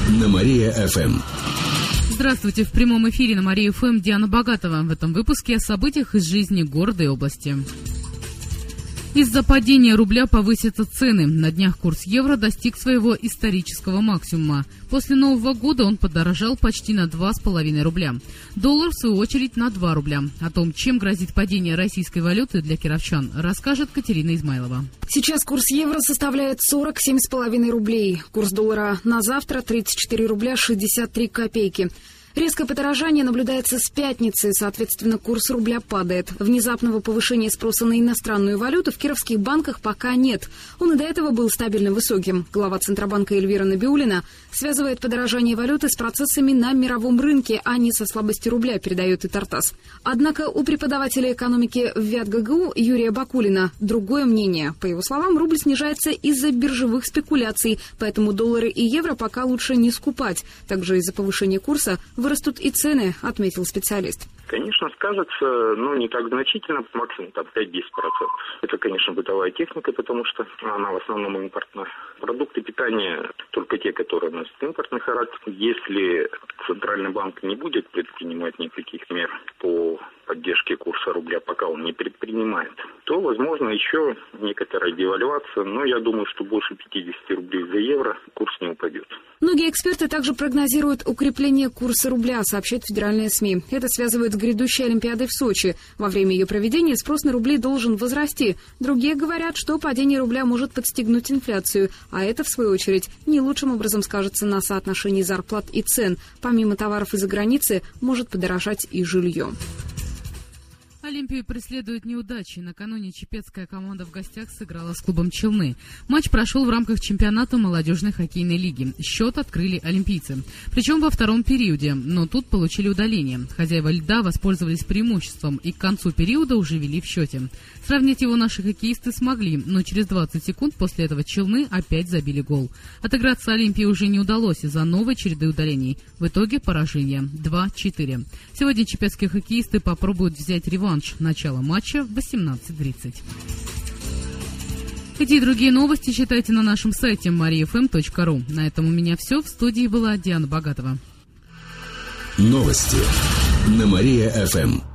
на Мария-ФМ. Здравствуйте, в прямом эфире на Мария-ФМ Диана Богатова. В этом выпуске о событиях из жизни города и области. Из-за падения рубля повысятся цены. На днях курс евро достиг своего исторического максимума. После Нового года он подорожал почти на 2,5 рубля. Доллар, в свою очередь, на 2 рубля. О том, чем грозит падение российской валюты для кировчан, расскажет Катерина Измайлова. Сейчас курс евро составляет 47,5 рублей. Курс доллара на завтра 34 рубля 63 копейки. Резкое подорожание наблюдается с пятницы, соответственно, курс рубля падает. Внезапного повышения спроса на иностранную валюту в кировских банках пока нет. Он и до этого был стабильно высоким. Глава Центробанка Эльвира Набиуллина связывает подорожание валюты с процессами на мировом рынке, а не со слабостью рубля, передает и Тартас. Однако у преподавателя экономики в ВятГГУ Юрия Бакулина другое мнение. По его словам, рубль снижается из-за биржевых спекуляций, поэтому доллары и евро пока лучше не скупать. Также из-за повышения курса вырастут и цены, отметил специалист. Конечно, скажется, но не так значительно, максимум там 5-10%. Это, конечно, бытовая техника, потому что она в основном импортная. Продукты питания только те, которые носят импортный характер. Если Центральный банк не будет предпринимать никаких мер по поддержке курса рубля, пока он не предпринимает, то, возможно, еще некоторая девальвация, но я думаю, что больше 50 рублей за евро курс не упадет. Многие эксперты также прогнозируют укрепление курса рубля, сообщают федеральные СМИ. Это связывают с грядущей Олимпиадой в Сочи. Во время ее проведения спрос на рубли должен возрасти. Другие говорят, что падение рубля может подстегнуть инфляцию, а это, в свою очередь, не лучшим образом скажется на соотношении зарплат и цен. Помимо товаров из-за границы, может подорожать и жилье. Олимпию преследуют неудачи. Накануне чепецкая команда в гостях сыграла с клубом «Челны». Матч прошел в рамках чемпионата молодежной хоккейной лиги. Счет открыли олимпийцы. Причем во втором периоде, но тут получили удаление. Хозяева льда воспользовались преимуществом и к концу периода уже вели в счете. Сравнять его наши хоккеисты смогли, но через 20 секунд после этого «Челны» опять забили гол. Отыграться Олимпии уже не удалось из-за новой череды удалений. В итоге поражение 2-4. Сегодня чепецкие хоккеисты попробуют взять реванш. Начало матча в 18:30. Эти и другие новости читайте на нашем сайте mariafm.ru. На этом у меня все. В студии была Диана Богатова. Новости на Мария-ФМ.